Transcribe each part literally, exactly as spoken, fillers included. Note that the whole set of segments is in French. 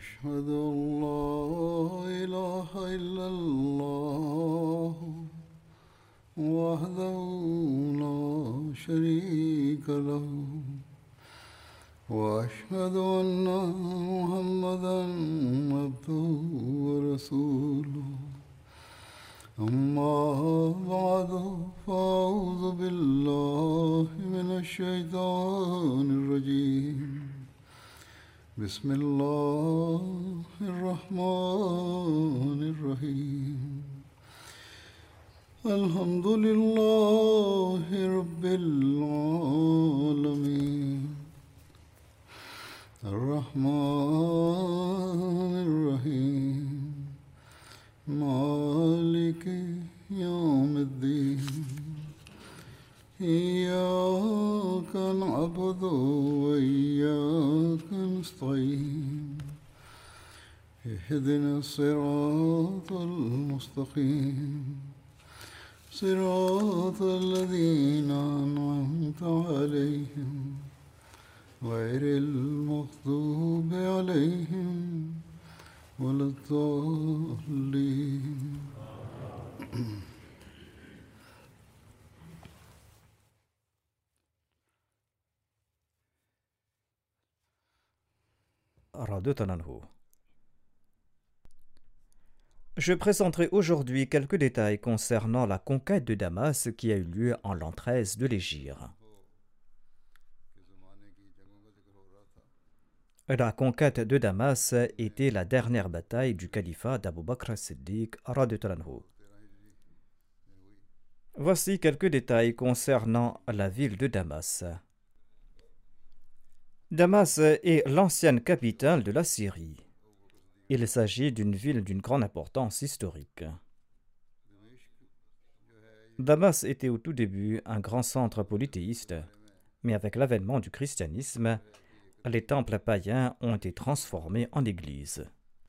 أشهد أن لا إله إلا الله وحده لا شريك له وأشهد أن محمدا عبده ورسوله أما بعد فأعوذ بالله من الشيطان الرجيم بسم الله الرحمن الرحيم الحمد لله رب العالمين الرحمن الرحيم مالك يوم الدين إياك نعبد وإياك نستعين اهدنا الصراط المستقيم صراط الذين أنعمت عليهم غير المغضوب عليهم ولا الضالين. Je présenterai aujourd'hui quelques détails concernant la conquête de Damas qui a eu lieu en l'an treize de l'Hégire. La conquête de Damas était la dernière bataille du califat d'Abu Bakr as-Siddiq radhiyallahu anhu. Voici quelques détails concernant la ville de Damas. Damas est l'ancienne capitale de la Syrie. Il s'agit d'une ville d'une grande importance historique. Damas était au tout début un grand centre polythéiste, mais avec l'avènement du christianisme, les temples païens ont été transformés en églises.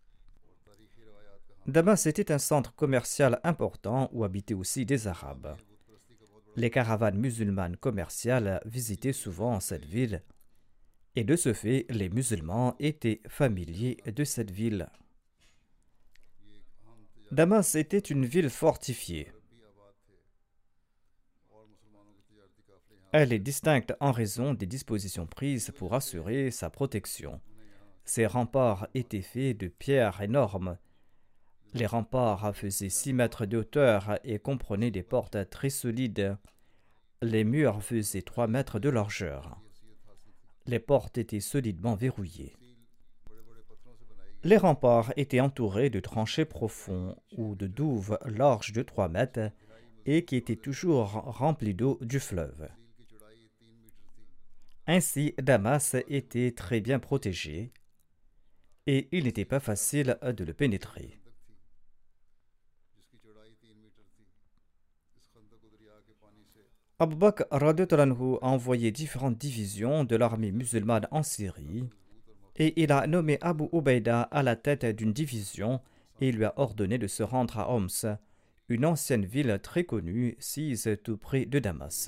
Damas était un centre commercial important où habitaient aussi des Arabes. Les caravanes musulmanes commerciales visitaient souvent cette ville, et de ce fait, les musulmans étaient familiers de cette ville. Damas était une ville fortifiée. Elle est distincte en raison des dispositions prises pour assurer sa protection. Ses remparts étaient faits de pierres énormes. Les remparts faisaient six mètres de hauteur et comprenaient des portes très solides. Les murs faisaient trois mètres de largeur. Les portes étaient solidement verrouillées. Les remparts étaient entourés de tranchées profondes ou de douves larges de trois mètres et qui étaient toujours remplies d'eau du fleuve. Ainsi, Damas était très bien protégé et il n'était pas facile de le pénétrer. Abu Bakr radhiyallahu anhu a envoyé différentes divisions de l'armée musulmane en Syrie et il a nommé Abu Ubaïda à la tête d'une division et lui a ordonné de se rendre à Homs, une ancienne ville très connue sise tout près de Damas.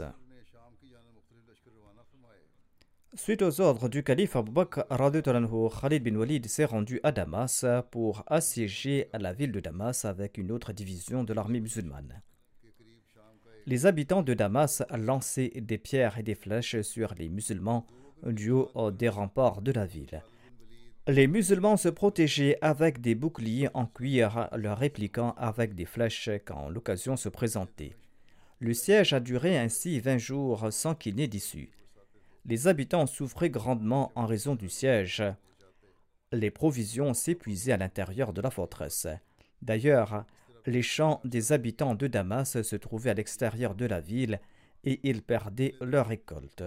Suite aux ordres du calife Abu Bakr radhiyallahu anhu, Khalid bin Walid s'est rendu à Damas pour assiéger la ville de Damas avec une autre division de l'armée musulmane. Les habitants de Damas lançaient des pierres et des flèches sur les musulmans du haut des remparts de la ville. Les musulmans se protégeaient avec des boucliers en cuir, leur répliquant avec des flèches quand l'occasion se présentait. Le siège a duré ainsi vingt jours sans qu'il n'ait d'issue. Les habitants souffraient grandement en raison du siège. Les provisions s'épuisaient à l'intérieur de la forteresse. D'ailleurs, les champs des habitants de Damas se trouvaient à l'extérieur de la ville et ils perdaient leur récolte.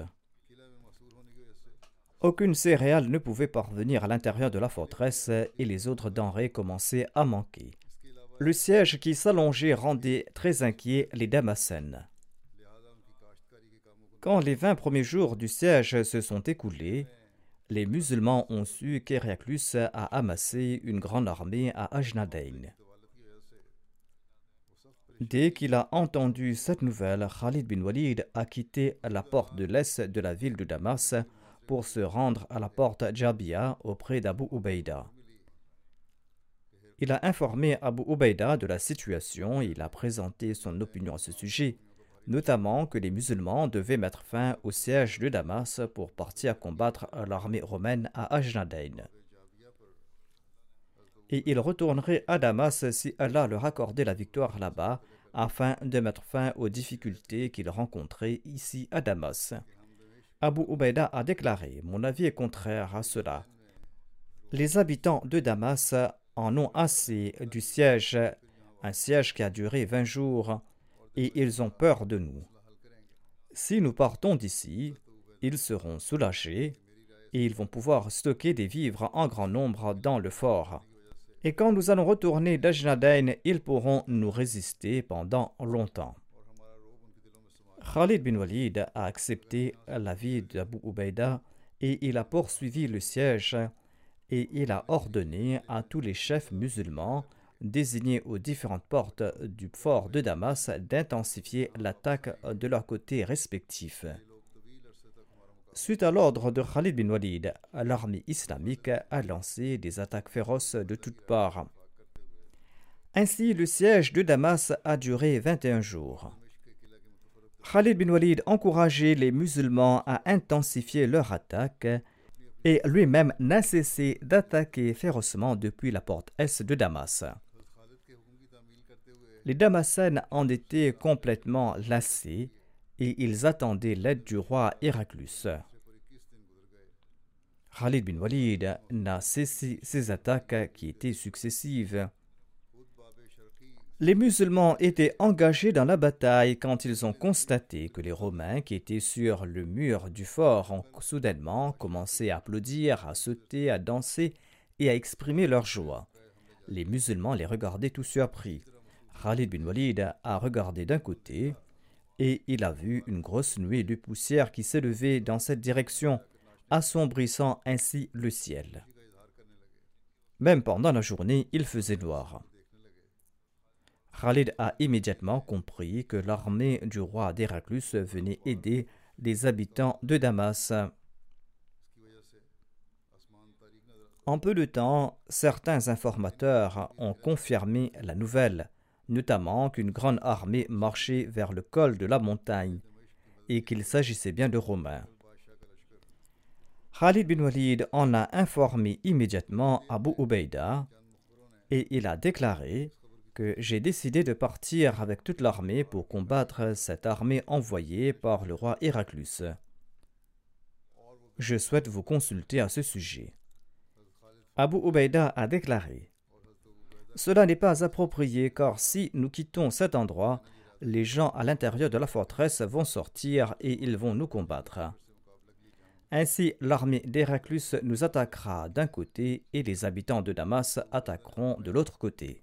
Aucune céréale ne pouvait parvenir à l'intérieur de la forteresse et les autres denrées commençaient à manquer. Le siège qui s'allongeait rendait très inquiets les Damascènes. Quand les vingt premiers jours du siège se sont écoulés, les musulmans ont su qu'Héraclius a amassé une grande armée à Ajnadayn. Dès qu'il a entendu cette nouvelle, Khalid bin Walid a quitté la porte de l'est de la ville de Damas pour se rendre à la porte Jabia auprès d'Abu Ubaïda. Il a informé Abu Ubaïda de la situation et il a présenté son opinion à ce sujet, notamment que les musulmans devaient mettre fin au siège de Damas pour partir combattre l'armée romaine à Ajnadayn. Et ils retourneraient à Damas si Allah leur accordait la victoire là-bas, afin de mettre fin aux difficultés qu'ils rencontraient ici à Damas. Abu Ubaïda a déclaré: « Mon avis est contraire à cela. Les habitants de Damas en ont assez du siège, un siège qui a duré vingt jours, et ils ont peur de nous. Si nous partons d'ici, ils seront soulagés et ils vont pouvoir stocker des vivres en grand nombre dans le fort. Et quand nous allons retourner d'Ajnadayn, ils pourront nous résister pendant longtemps. » Khalid bin Walid a accepté l'avis d'Abu Ubaïda et il a poursuivi le siège et il a ordonné à tous les chefs musulmans désignés aux différentes portes du fort de Damas d'intensifier l'attaque de leurs côtés respectifs. Suite à l'ordre de Khalid bin Walid, l'armée islamique a lancé des attaques féroces de toutes parts. Ainsi, le siège de Damas a duré vingt et un jours. Khalid bin Walid encourageait les musulmans à intensifier leur attaque et lui-même n'a cessé d'attaquer férocement depuis la porte est de Damas. Les Damascènes en étaient complètement lassés et ils attendaient l'aide du roi Héraclius. Khalid bin Walid n'a cessé ses attaques qui étaient successives. Les musulmans étaient engagés dans la bataille quand ils ont constaté que les Romains qui étaient sur le mur du fort ont soudainement commencé à applaudir, à sauter, à danser et à exprimer leur joie. Les musulmans les regardaient tout surpris. Khalid bin Walid a regardé d'un côté et il a vu une grosse nuée de poussière qui s'élevait dans cette direction, assombrissant ainsi le ciel. Même pendant la journée, il faisait noir. Khalid a immédiatement compris que l'armée du roi d'Héraclius venait aider les habitants de Damas. En peu de temps, certains informateurs ont confirmé la nouvelle, notamment qu'une grande armée marchait vers le col de la montagne et qu'il s'agissait bien de Romains. Khalid bin Walid en a informé immédiatement Abu Ubaïda et il a déclaré que j'ai décidé de partir avec toute l'armée pour combattre cette armée envoyée par le roi Héraclius. Je souhaite vous consulter à ce sujet. Abu Ubaïda a déclaré: cela n'est pas approprié car si nous quittons cet endroit, les gens à l'intérieur de la forteresse vont sortir et ils vont nous combattre. Ainsi, l'armée d'Héraclius nous attaquera d'un côté et les habitants de Damas attaqueront de l'autre côté.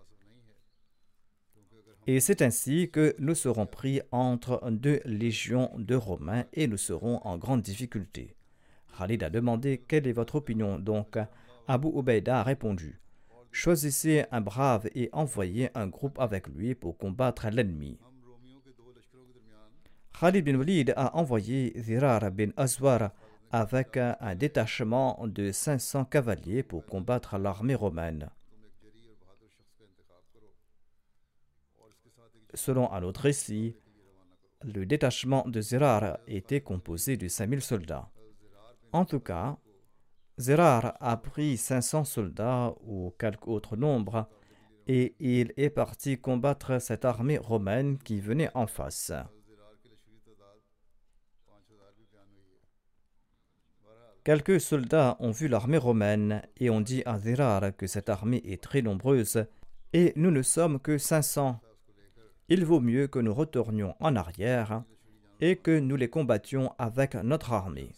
Et c'est ainsi que nous serons pris entre deux légions de Romains et nous serons en grande difficulté. Khalid a demandé: quelle est votre opinion? Donc, Abu Ubaïda a répondu: choisissez un brave et envoyez un groupe avec lui pour combattre l'ennemi. Khalid bin Walid a envoyé Zirar bin Azwar avec un détachement de cinq cents cavaliers pour combattre l'armée romaine. Selon un autre récit, le détachement de Zirar était composé de cinq mille soldats. En tout cas, Zirar a pris cinq cents soldats ou quelque autre nombre et il est parti combattre cette armée romaine qui venait en face. Quelques soldats ont vu l'armée romaine et ont dit à Zirar que cette armée est très nombreuse et nous ne sommes que cinq cents. Il vaut mieux que nous retournions en arrière et que nous les combattions avec notre armée.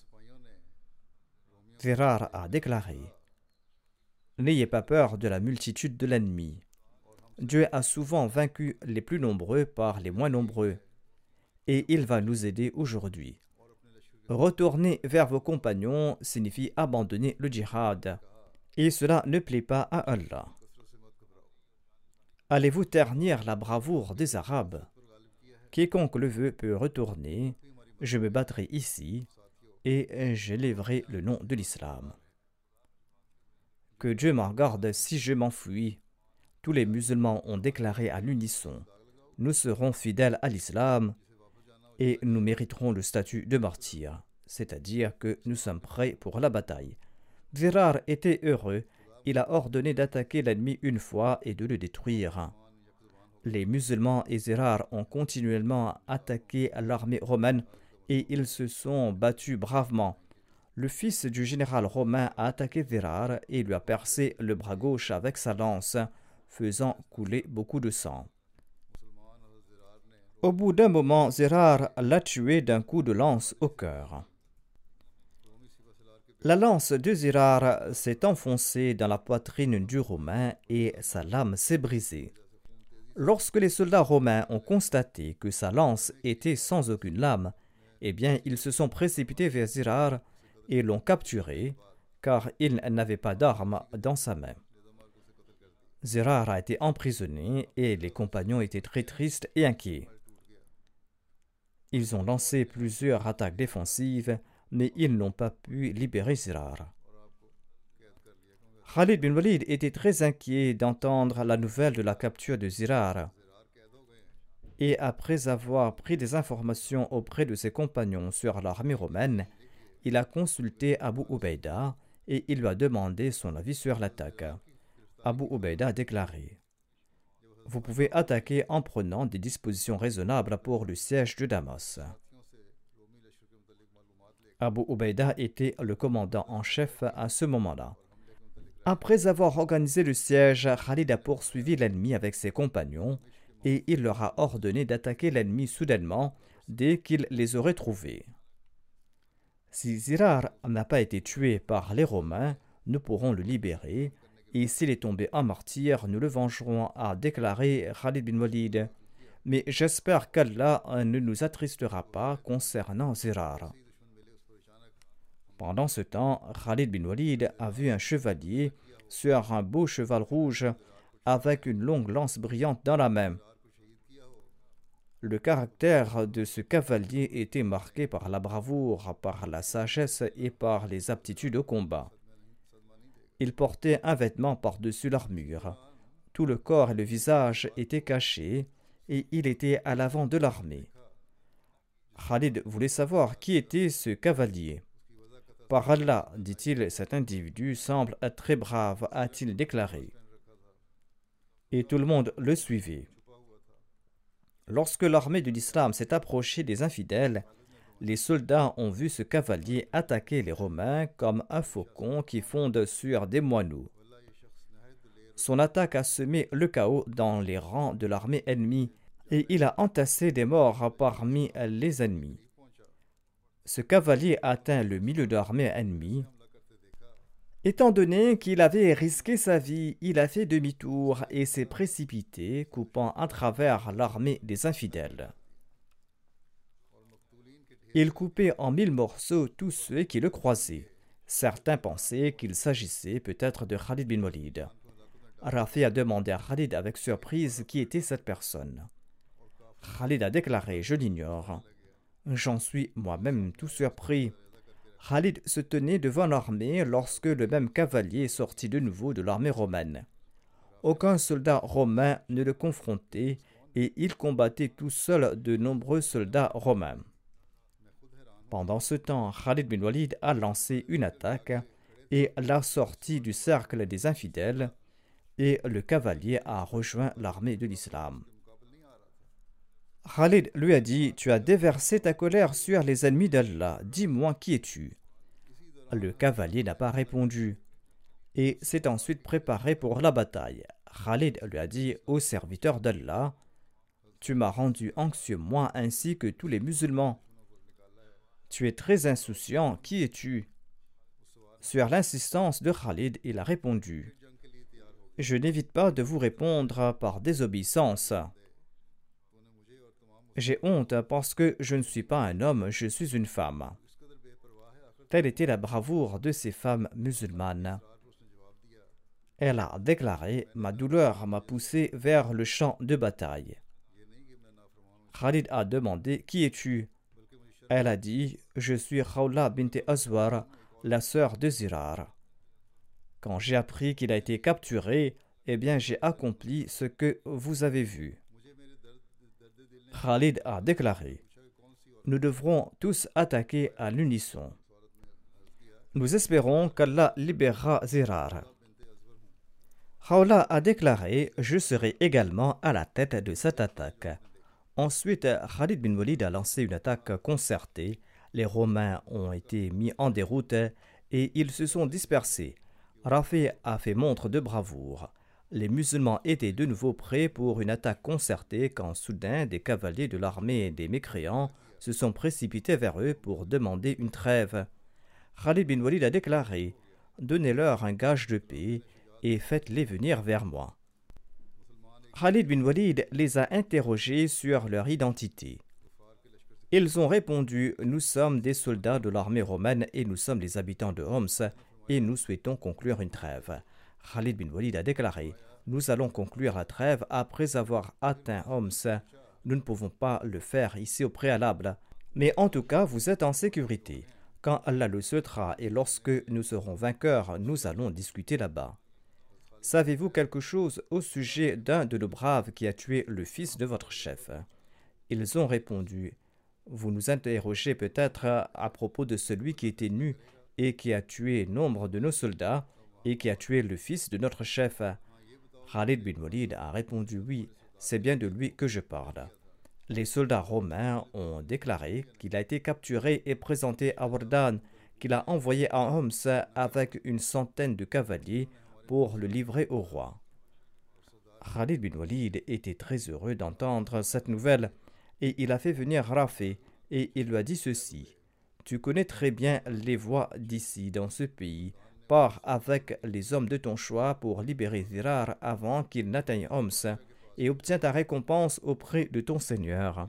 Zirar a déclaré: n'ayez pas peur de la multitude de l'ennemi. Dieu a souvent vaincu les plus nombreux par les moins nombreux, et il va nous aider aujourd'hui. Retourner vers vos compagnons signifie abandonner le djihad, et cela ne plaît pas à Allah. Allez-vous ternir la bravoure des Arabes? Quiconque le veut peut retourner, je me battrai ici, et j'élèverai le nom de l'islam. Que Dieu m'en garde si je m'enfuis, tous les musulmans ont déclaré à l'unisson: nous serons fidèles à l'islam et nous mériterons le statut de martyr, c'est-à-dire que nous sommes prêts pour la bataille. Zirar était heureux, il a ordonné d'attaquer l'ennemi une fois et de le détruire. Les musulmans et Zirar ont continuellement attaqué l'armée romaine et ils se sont battus bravement. Le fils du général romain a attaqué Zirar et lui a percé le bras gauche avec sa lance, faisant couler beaucoup de sang. Au bout d'un moment, Zirar l'a tué d'un coup de lance au cœur. La lance de Zirar s'est enfoncée dans la poitrine du Romain et sa lame s'est brisée. Lorsque les soldats romains ont constaté que sa lance était sans aucune lame, eh bien, ils se sont précipités vers Zirar et l'ont capturé, car il n'avait pas d'arme dans sa main. Zirar a été emprisonné et les compagnons étaient très tristes et inquiets. Ils ont lancé plusieurs attaques défensives, mais ils n'ont pas pu libérer Zirar. Khalid bin Walid était très inquiet d'entendre la nouvelle de la capture de Zirar. Et après avoir pris des informations auprès de ses compagnons sur l'armée romaine, il a consulté Abu Ubaïda et il lui a demandé son avis sur l'attaque. Abu Ubaïda a déclaré: vous pouvez attaquer en prenant des dispositions raisonnables pour le siège de Damas. Abu Ubaïda était le commandant en chef à ce moment-là. Après avoir organisé le siège, Khalid a poursuivi l'ennemi avec ses compagnons et il leur a ordonné d'attaquer l'ennemi soudainement dès qu'il les aurait trouvés. Si Zirar n'a pas été tué par les Romains, nous pourrons le libérer, et s'il est tombé en martyr, nous le vengerons, a déclaré Khalid bin Walid. Mais j'espère qu'Allah ne nous attristera pas concernant Zirar. Pendant ce temps, Khalid bin Walid a vu un chevalier sur un beau cheval rouge avec une longue lance brillante dans la main. Le caractère de ce cavalier était marqué par la bravoure, par la sagesse et par les aptitudes au combat. Il portait un vêtement par-dessus l'armure. Tout le corps et le visage étaient cachés et il était à l'avant de l'armée. Khalid voulait savoir qui était ce cavalier. Par Allah, dit-il, cet individu semble être très brave, a-t-il déclaré. Et tout le monde le suivait. Lorsque l'armée de l'islam s'est approchée des infidèles, les soldats ont vu ce cavalier attaquer les Romains comme un faucon qui fonde sur des moineaux. Son attaque a semé le chaos dans les rangs de l'armée ennemie et il a entassé des morts parmi les ennemis. Ce cavalier atteint le milieu de l'armée ennemie. Étant donné qu'il avait risqué sa vie, il a fait demi-tour et s'est précipité, coupant à travers l'armée des infidèles. Il coupait en mille morceaux tous ceux qui le croisaient. Certains pensaient qu'il s'agissait peut-être de Khalid bin Walid. Rafi a demandé à Khalid avec surprise qui était cette personne. Khalid a déclaré: je l'ignore. J'en suis moi-même tout surpris. Khalid se tenait devant l'armée lorsque le même cavalier sortit de nouveau de l'armée romaine. Aucun soldat romain ne le confrontait et il combattait tout seul de nombreux soldats romains. Pendant ce temps, Khalid bin Walid a lancé une attaque et l'a sorti du cercle des infidèles et le cavalier a rejoint l'armée de l'islam. Khalid lui a dit: tu as déversé ta colère sur les ennemis d'Allah, dis-moi qui es-tu? Le cavalier n'a pas répondu et s'est ensuite préparé pour la bataille. Khalid lui a dit: ô serviteur d'Allah, tu m'as rendu anxieux moi ainsi que tous les musulmans. Tu es très insouciant, qui es-tu? Sur l'insistance de Khalid, il a répondu: je n'évite pas de vous répondre par désobéissance. J'ai honte parce que je ne suis pas un homme, je suis une femme. Telle était la bravoure de ces femmes musulmanes. Elle a déclaré: ma douleur m'a poussé vers le champ de bataille. Khalid a demandé: qui es-tu? Elle a dit: je suis Khawla bint Azwar, la sœur de Zirar. Quand j'ai appris qu'il a été capturé, eh bien j'ai accompli ce que vous avez vu. Khalid a déclaré, nous devrons tous attaquer à l'unisson. Nous espérons qu'Allah libérera Zirar. Khawla a déclaré, je serai également à la tête de cette attaque. Ensuite, Khalid bin Walid a lancé une attaque concertée. Les Romains ont été mis en déroute et ils se sont dispersés. Rafi a fait montre de bravoure. Les musulmans étaient de nouveau prêts pour une attaque concertée quand soudain des cavaliers de l'armée des mécréants se sont précipités vers eux pour demander une trêve. Khalid bin Walid a déclaré, donnez-leur un gage de paix et faites-les venir vers moi. Khalid bin Walid les a interrogés sur leur identité. Ils ont répondu, nous sommes des soldats de l'armée romaine et nous sommes les habitants de Homs et nous souhaitons conclure une trêve. Khalid bin Walid a déclaré, nous allons conclure la trêve après avoir atteint Homs. Nous ne pouvons pas le faire ici au préalable, mais en tout cas vous êtes en sécurité. Quand Allah le souhaitera et lorsque nous serons vainqueurs, nous allons discuter là-bas. Savez-vous quelque chose au sujet d'un de nos braves qui a tué le fils de votre chef? Ils ont répondu, vous nous interrogez peut-être à propos de celui qui était nu et qui a tué nombre de nos soldats et qui a tué le fils de notre chef. Khalid bin Walid a répondu, oui, c'est bien de lui que je parle. Les soldats romains ont déclaré qu'il a été capturé et présenté à Wardan, qu'il a envoyé à Homs avec une centaine de cavaliers pour le livrer au roi. Khalid bin Walid était très heureux d'entendre cette nouvelle et il a fait venir Rafi et il lui a dit ceci. Tu connais très bien les voies d'ici dans ce pays. Pars avec les hommes de ton choix pour libérer Zirar avant qu'il n'atteigne Homs et obtiens ta récompense auprès de ton seigneur.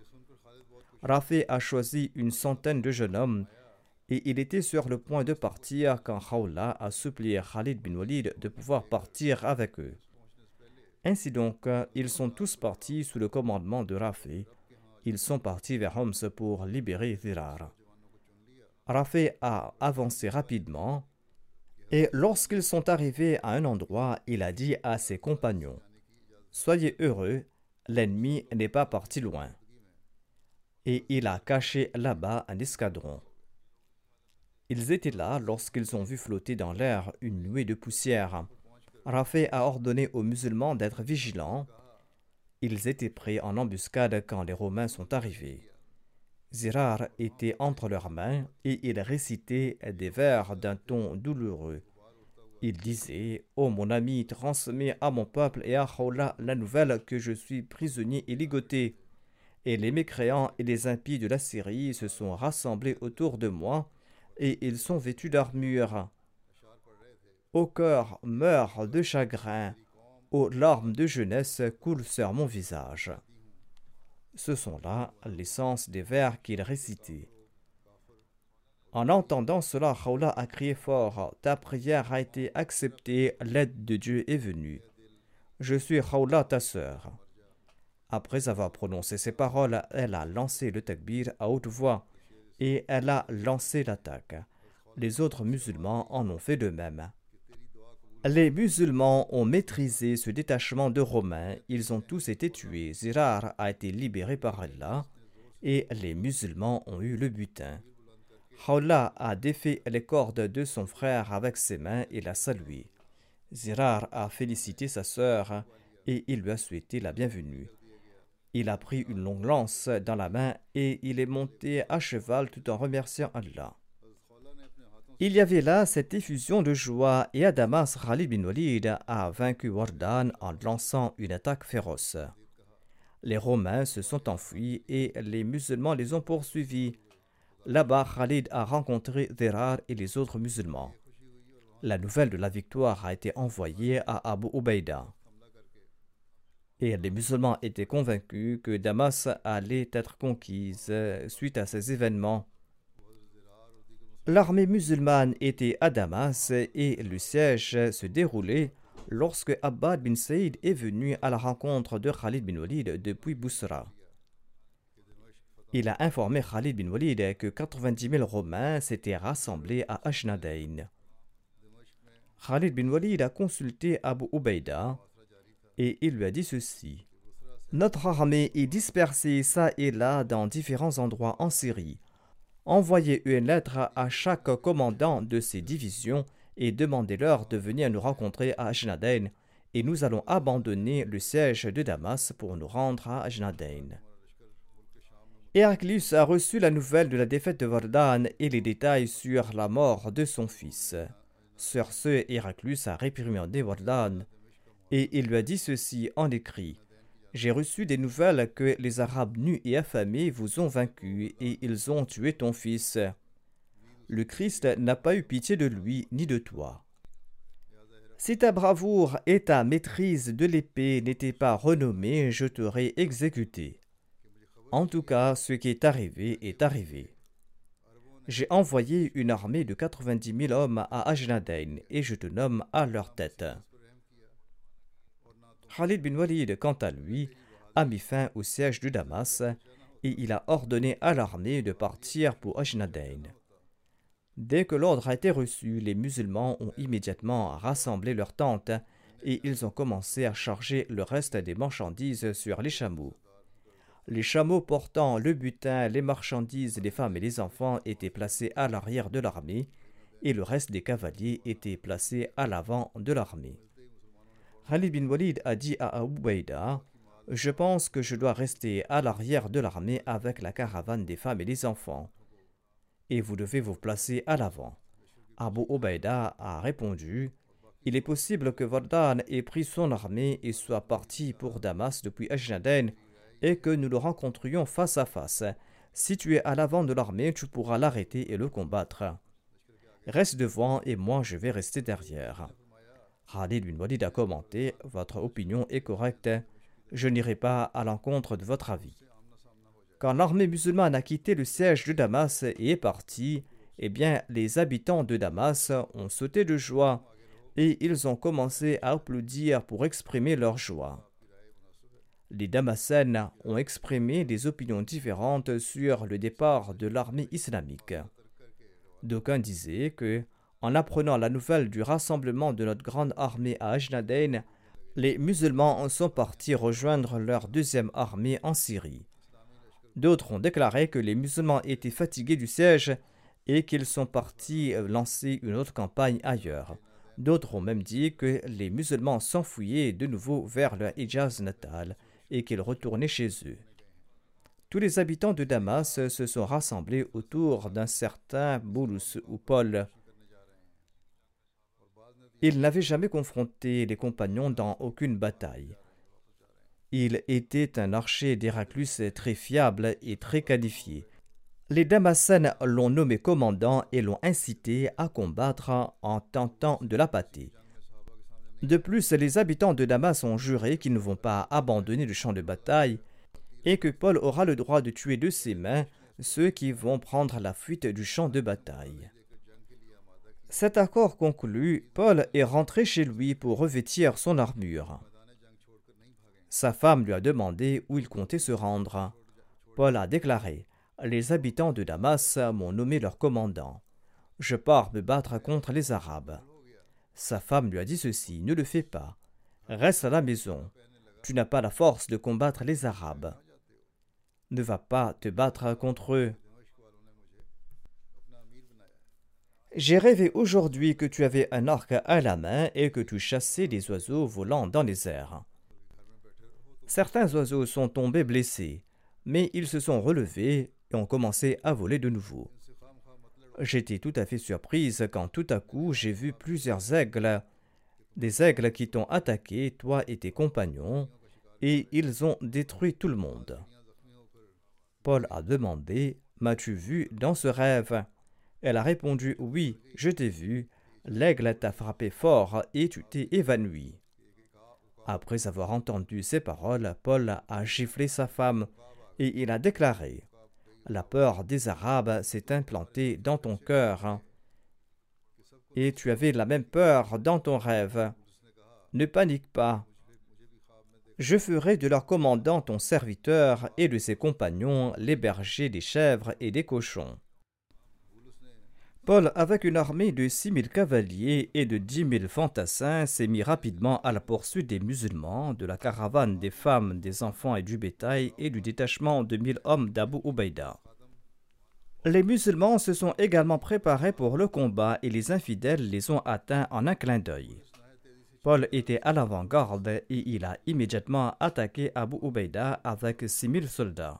Rafi a choisi une centaine de jeunes hommes et il était sur le point de partir quand Khawla a supplié Khalid bin Walid de pouvoir partir avec eux. Ainsi donc, ils sont tous partis sous le commandement de Rafi. Ils sont partis vers Homs pour libérer Zirar. Rafi a avancé rapidement et lorsqu'ils sont arrivés à un endroit, il a dit à ses compagnons, « Soyez heureux, l'ennemi n'est pas parti loin. » Et il a caché là-bas un escadron. Ils étaient là lorsqu'ils ont vu flotter dans l'air une nuée de poussière. Rafi a ordonné aux musulmans d'être vigilants. Ils étaient prêts en embuscade quand les Romains sont arrivés. Zirar était entre leurs mains et il récitait des vers d'un ton douloureux. Il disait, « Ô mon ami, transmets à mon peuple et à Khawla la nouvelle que je suis prisonnier et ligoté. » Et les mécréants et les impies de la Syrie se sont rassemblés autour de moi et ils sont vêtus d'armure. Au cœur meurt de chagrin, aux larmes de jeunesse coulent sur mon visage. Ce sont là les sens des vers qu'il récitait. En entendant cela, Khawla a crié fort, « Ta prière a été acceptée, l'aide de Dieu est venue. Je suis Khawla, ta sœur. » Après avoir prononcé ces paroles, elle a lancé le takbir à haute voix et elle a lancé l'attaque. Les autres musulmans en ont fait de même. Les musulmans ont maîtrisé ce détachement de Romains, ils ont tous été tués. Zirar a été libéré par Allah et les musulmans ont eu le butin. Khawla a défait les cordes de son frère avec ses mains et l'a salué. Zirar a félicité sa sœur et il lui a souhaité la bienvenue. Il a pris une longue lance dans la main et il est monté à cheval tout en remerciant Allah. Il y avait là cette effusion de joie et à Damas, Khalid bin Walid a vaincu Wardan en lançant une attaque féroce. Les Romains se sont enfuis et les musulmans les ont poursuivis. Là-bas, Khalid a rencontré Zirar et les autres musulmans. La nouvelle de la victoire a été envoyée à Abu Ubaïda. Et les musulmans étaient convaincus que Damas allait être conquise suite à ces événements. L'armée musulmane était à Damas et le siège se déroulait lorsque Abbad bin Saïd est venu à la rencontre de Khalid bin Walid depuis Bousra. Il a informé Khalid bin Walid que quatre-vingt-dix mille Romains s'étaient rassemblés à Ajnadayn. Khalid bin Walid a consulté Abu Ubaïda et il lui a dit ceci. Notre armée est dispersée çà et là dans différents endroits en Syrie. Envoyez une lettre à chaque commandant de ces divisions et demandez-leur de venir nous rencontrer à Ajnadayn, et nous allons abandonner le siège de Damas pour nous rendre à Ajnadayn. Héraclius a reçu la nouvelle de la défaite de Wardan et les détails sur la mort de son fils. Sur ce, Héraclius a réprimandé Wardan et il lui a dit ceci en écrit. J'ai reçu des nouvelles que les Arabes nus et affamés vous ont vaincu et ils ont tué ton fils. Le Christ n'a pas eu pitié de lui ni de toi. Si ta bravoure et ta maîtrise de l'épée n'étaient pas renommées, je t'aurais exécuté. En tout cas, ce qui est arrivé est arrivé. J'ai envoyé une armée de quatre-vingt-dix mille hommes à Ajnadayn et je te nomme à leur tête. Khalid bin Walid, quant à lui, a mis fin au siège de Damas et il a ordonné à l'armée de partir pour Ajnadayn. Dès que l'ordre a été reçu, les musulmans ont immédiatement rassemblé leurs tentes et ils ont commencé à charger le reste des marchandises sur les chameaux. Les chameaux portant le butin, les marchandises, les femmes et les enfants étaient placés à l'arrière de l'armée et le reste des cavaliers était placé à l'avant de l'armée. Khalid bin Walid a dit à Abu Ubaïda, « Je pense que je dois rester à l'arrière de l'armée avec la caravane des femmes et des enfants. Et vous devez vous placer à l'avant. » Abu Ubaïda a répondu, « Il est possible que Wardan ait pris son armée et soit parti pour Damas depuis Ajnadayn et que nous le rencontrions face à face. Si tu es à l'avant de l'armée, tu pourras l'arrêter et le combattre. Reste devant et moi je vais rester derrière. » Khalid bin Walid a commenté, « Votre opinion est correcte. Je n'irai pas à l'encontre de votre avis. » Quand l'armée musulmane a quitté le siège de Damas et est partie, eh bien, les habitants de Damas ont sauté de joie et ils ont commencé à applaudir pour exprimer leur joie. Les Damascènes ont exprimé des opinions différentes sur le départ de l'armée islamique. D'aucuns disaient que, en apprenant la nouvelle du rassemblement de notre grande armée à Ajnadayn, les musulmans sont partis rejoindre leur deuxième armée en Syrie. D'autres ont déclaré que les musulmans étaient fatigués du siège et qu'ils sont partis lancer une autre campagne ailleurs. D'autres ont même dit que les musulmans s'enfuyaient de nouveau vers leur Hijaz natal et qu'ils retournaient chez eux. Tous les habitants de Damas se sont rassemblés autour d'un certain Boulous ou Paul. Il n'avait jamais confronté les compagnons dans aucune bataille. Il était un archer d'Héraclius très fiable et très qualifié. Les Damascènes l'ont nommé commandant et l'ont incité à combattre en tentant de l'appâter. De plus, les habitants de Damas ont juré qu'ils ne vont pas abandonner le champ de bataille et que Paul aura le droit de tuer de ses mains ceux qui vont prendre la fuite du champ de bataille. Cet accord conclu, Paul est rentré chez lui pour revêtir son armure. Sa femme lui a demandé où il comptait se rendre. Paul a déclaré « Les habitants de Damas m'ont nommé leur commandant. Je pars me battre contre les Arabes. » Sa femme lui a dit ceci « Ne le fais pas. Reste à la maison. Tu n'as pas la force de combattre les Arabes. Ne va pas te battre contre eux. J'ai rêvé aujourd'hui que tu avais un arc à la main et que tu chassais des oiseaux volant dans les airs. Certains oiseaux sont tombés blessés, mais ils se sont relevés et ont commencé à voler de nouveau. J'étais tout à fait surprise quand tout à coup j'ai vu plusieurs aigles, des aigles qui t'ont attaqué, toi et tes compagnons, et ils ont détruit tout le monde. Paul a demandé « M'as-tu vu dans ce rêve ?» Elle a répondu « Oui, je t'ai vu, l'aigle t'a frappé fort et tu t'es évanoui. » Après avoir entendu ces paroles, Paul a giflé sa femme et il a déclaré « La peur des Arabes s'est implantée dans ton cœur et tu avais la même peur dans ton rêve. Ne panique pas. Je ferai de leur commandant ton serviteur et de ses compagnons les bergers des chèvres et des cochons. » Paul, avec une armée de six mille cavaliers et de dix mille fantassins, s'est mis rapidement à la poursuite des musulmans, de la caravane des femmes, des enfants et du bétail et du détachement de mille hommes d'Abu Ubaïda. Les musulmans se sont également préparés pour le combat et les infidèles les ont atteints en un clin d'œil. Paul était à l'avant-garde et il a immédiatement attaqué Abu Ubaïda avec six mille soldats.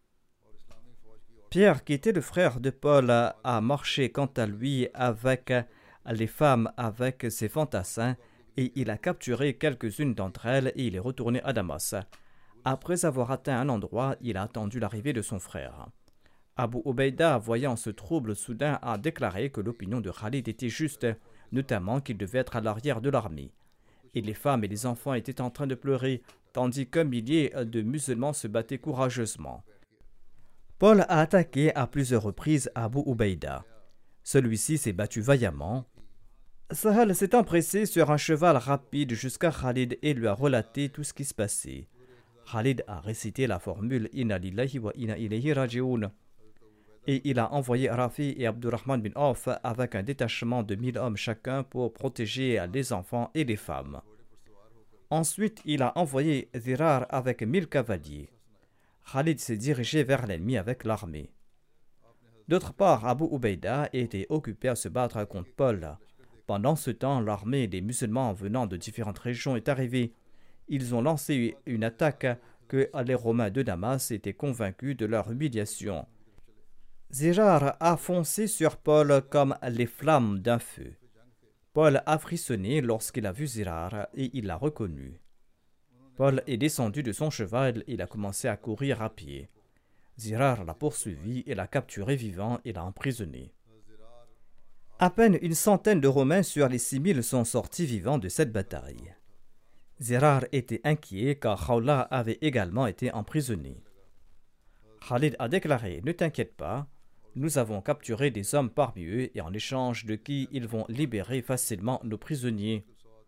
Pierre, qui était le frère de Paul, a marché quant à lui avec les femmes, avec ses fantassins, et il a capturé quelques-unes d'entre elles et il est retourné à Damas. Après avoir atteint un endroit, il a attendu l'arrivée de son frère. Abu Ubaïda, voyant ce trouble soudain, a déclaré que l'opinion de Khalid était juste, notamment qu'il devait être à l'arrière de l'armée. Et les femmes et les enfants étaient en train de pleurer, tandis qu'un millier de musulmans se battaient courageusement. Paul a attaqué à plusieurs reprises Abu Ubaïda. Celui-ci s'est battu vaillamment. Sahal s'est empressé sur un cheval rapide jusqu'à Khalid et lui a relaté tout ce qui se passait. Khalid a récité la formule « Inna lillahi wa inna ilayhi raji'un » et il a envoyé Rafi et Abdurrahman bin Auf avec un détachement de mille hommes chacun pour protéger les enfants et les femmes. Ensuite, il a envoyé Zirar avec mille cavaliers. Khalid s'est dirigé vers l'ennemi avec l'armée. D'autre part, Abu Ubaïda était occupé à se battre contre Paul. Pendant ce temps, l'armée des musulmans venant de différentes régions est arrivée. Ils ont lancé une attaque que les Romains de Damas étaient convaincus de leur humiliation. Zirar a foncé sur Paul comme les flammes d'un feu. Paul a frissonné lorsqu'il a vu Zirar et il l'a reconnu. Paul est descendu de son cheval et il a commencé à courir à pied. Zirar l'a poursuivi et l'a capturé vivant et l'a emprisonné. À peine une centaine de Romains sur les six mille sont sortis vivants de cette bataille. Zirar était inquiet car Khawla avait également été emprisonné. Khalid a déclaré « Ne t'inquiète pas, nous avons capturé des hommes parmi eux et en échange de qui ils vont libérer facilement nos prisonniers. »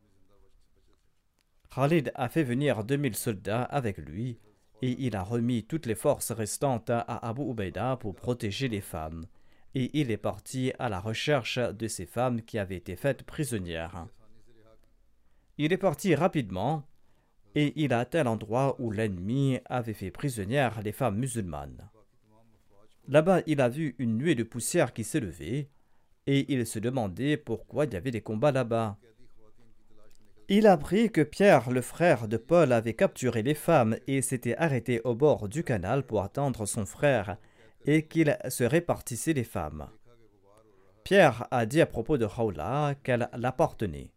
Khalid a fait venir deux mille soldats avec lui et il a remis toutes les forces restantes à Abu Ubaïda pour protéger les femmes. Et il est parti à la recherche de ces femmes qui avaient été faites prisonnières. Il est parti rapidement et il a atteint l'endroit où l'ennemi avait fait prisonnières les femmes musulmanes. Là-bas, il a vu une nuée de poussière qui s'élevait et il se demandait pourquoi il y avait des combats là-bas. Il apprit que Pierre, le frère de Paul, avait capturé les femmes et s'était arrêté au bord du canal pour attendre son frère et qu'il se répartissait les femmes. Pierre a dit à propos de Khawla qu'elle l'appartenait.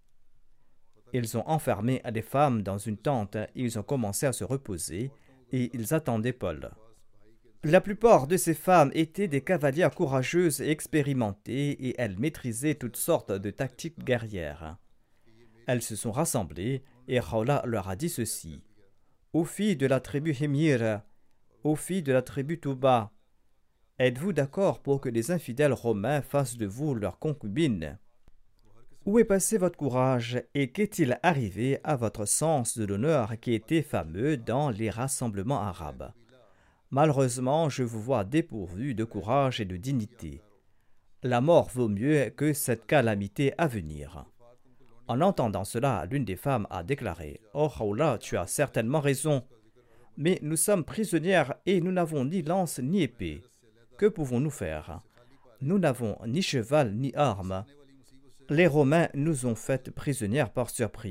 Ils ont enfermé les femmes dans une tente, ils ont commencé à se reposer et ils attendaient Paul. La plupart de ces femmes étaient des cavalières courageuses et expérimentées et elles maîtrisaient toutes sortes de tactiques guerrières. Elles se sont rassemblées et Khawla leur a dit ceci. « Aux filles de la tribu Himyr, aux filles de la tribu Touba, êtes-vous d'accord pour que les infidèles romains fassent de vous leurs concubines? Où est passé votre courage et qu'est-il arrivé à votre sens de l'honneur qui était fameux dans les rassemblements arabes? Malheureusement, je vous vois dépourvu de courage et de dignité. La mort vaut mieux que cette calamité à venir. » En entendant cela, l'une des femmes a déclaré « Oh Khawla, tu as certainement raison, mais nous sommes prisonnières et nous n'avons ni lance ni épée. Que pouvons-nous faire? Nous n'avons ni cheval ni armes. Les Romains nous ont faites prisonnières par surprise. »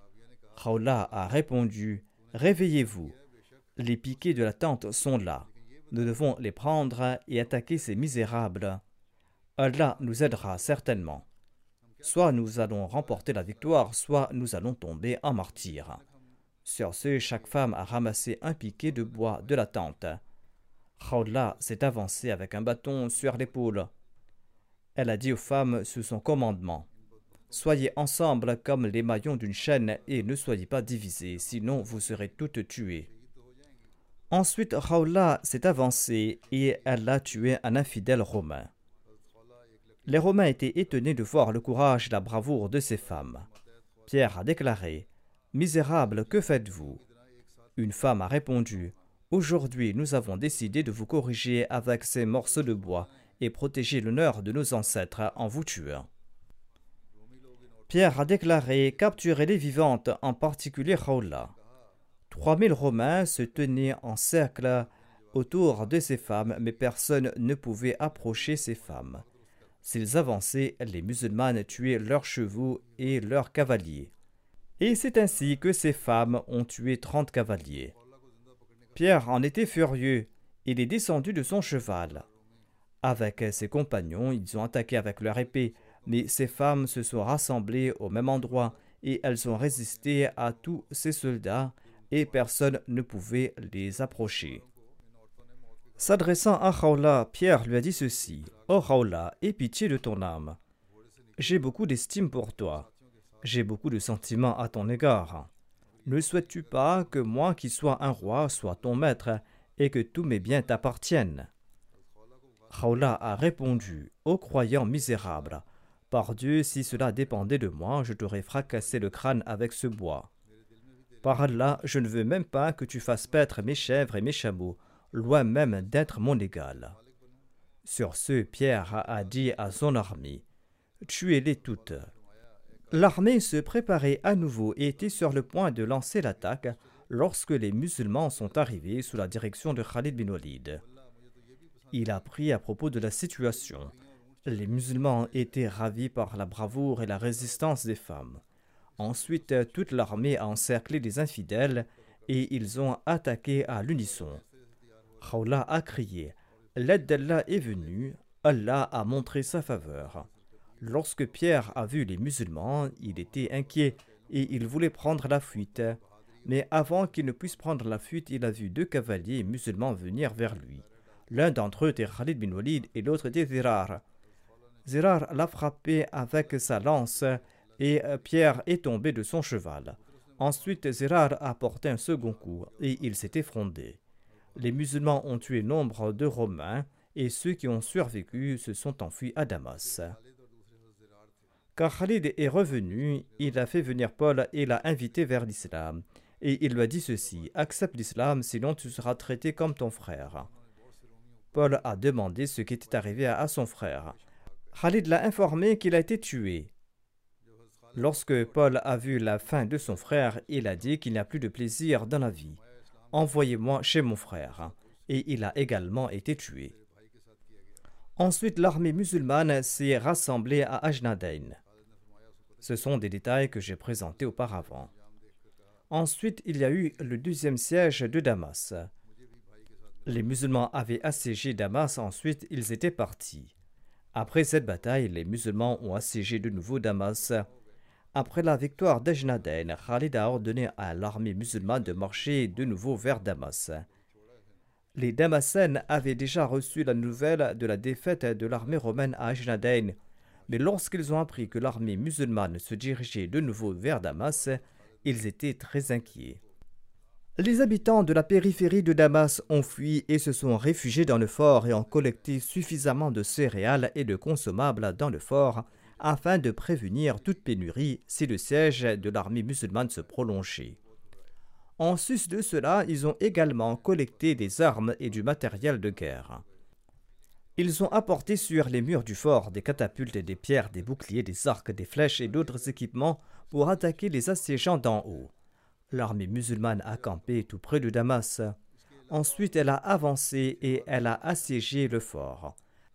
Khawla a répondu « Réveillez-vous. Les piquets de la tente sont là. Nous devons les prendre et attaquer ces misérables. Allah nous aidera certainement. Soit nous allons remporter la victoire, soit nous allons tomber en martyrs. » Sur ce, chaque femme a ramassé un piquet de bois de la tente. Khawla s'est avancée avec un bâton sur l'épaule. Elle a dit aux femmes sous son commandement « Soyez ensemble comme les maillons d'une chaîne et ne soyez pas divisés, sinon vous serez toutes tuées. » Ensuite, Khawla s'est avancée et elle a tué un infidèle romain. Les Romains étaient étonnés de voir le courage et la bravoure de ces femmes. Pierre a déclaré « Misérables, que faites-vous » Une femme a répondu « Aujourd'hui, nous avons décidé de vous corriger avec ces morceaux de bois et protéger l'honneur de nos ancêtres en vous tuant. Pierre a déclaré capturer les vivantes, en particulier Khawla. Trois mille Romains se tenaient en cercle autour de ces femmes, mais personne ne pouvait approcher ces femmes. S'ils avançaient, les musulmanes tuaient leurs chevaux et leurs cavaliers. Et c'est ainsi que ces femmes ont tué trente cavaliers. Pierre en était furieux. Il est descendu de son cheval. Avec ses compagnons, ils ont attaqué avec leur épée, mais ces femmes se sont rassemblées au même endroit et elles ont résisté à tous ces soldats et personne ne pouvait les approcher. S'adressant à Khawla, Pierre lui a dit ceci: « Ô Khawla, aie pitié de ton âme. J'ai beaucoup d'estime pour toi. J'ai beaucoup de sentiments à ton égard. Ne souhaites-tu pas que moi qui sois un roi sois ton maître et que tous mes biens t'appartiennent ?» Khawla a répondu: « Ô croyant misérable, par Dieu, si cela dépendait de moi, je t'aurais fracassé le crâne avec ce bois. Par Allah, je ne veux même pas que tu fasses paître mes chèvres et mes chameaux, loin même d'être mon égal. » Sur ce, Pierre a dit à son armée: « Tuez-les toutes. » L'armée se préparait à nouveau et était sur le point de lancer l'attaque lorsque les musulmans sont arrivés sous la direction de Khalid bin Walid. Il a appris à propos de la situation. Les musulmans étaient ravis par la bravoure et la résistance des femmes. Ensuite, toute l'armée a encerclé les infidèles et ils ont attaqué à l'unisson. Khawla a crié: « L'aide d'Allah est venue, Allah a montré sa faveur. » Lorsque Pierre a vu les musulmans, il était inquiet et il voulait prendre la fuite. Mais avant qu'il ne puisse prendre la fuite, il a vu deux cavaliers musulmans venir vers lui. L'un d'entre eux était Khalid bin Walid et l'autre était Zirar. Zirar l'a frappé avec sa lance et Pierre est tombé de son cheval. Ensuite, Zirar a porté un second coup et il s'est effondré. Les musulmans ont tué nombre de Romains et ceux qui ont survécu se sont enfuis à Damas. Quand Khalid est revenu, il a fait venir Paul et l'a invité vers l'islam. Et il lui a dit ceci: « Accepte l'islam, sinon tu seras traité comme ton frère. » Paul a demandé ce qui était arrivé à son frère. Khalid l'a informé qu'il a été tué. Lorsque Paul a vu la fin de son frère, il a dit qu'il n'y a plus de plaisir dans la vie. « Envoyez-moi chez mon frère. » Et il a également été tué. Ensuite, l'armée musulmane s'est rassemblée à Ajnadayn. Ce sont des détails que j'ai présentés auparavant. Ensuite, il y a eu le deuxième siège de Damas. Les musulmans avaient assiégé Damas, ensuite ils étaient partis. Après cette bataille, les musulmans ont assiégé de nouveau Damas. Après la victoire d'Ajnadayn, Khalid a ordonné à l'armée musulmane de marcher de nouveau vers Damas. Les Damascènes avaient déjà reçu la nouvelle de la défaite de l'armée romaine à Ajnadayn, mais lorsqu'ils ont appris que l'armée musulmane se dirigeait de nouveau vers Damas, ils étaient très inquiets. Les habitants de la périphérie de Damas ont fui et se sont réfugiés dans le fort et ont collecté suffisamment de céréales et de consommables dans le fort afin de prévenir toute pénurie si le siège de l'armée musulmane se prolongeait. En sus de cela, ils ont également collecté des armes et du matériel de guerre. Ils ont apporté sur les murs du fort des catapultes, des pierres, des boucliers, des arcs, des flèches et d'autres équipements pour attaquer les assiégeants d'en haut. L'armée musulmane a campé tout près de Damas. Ensuite, elle a avancé et elle a assiégé le fort.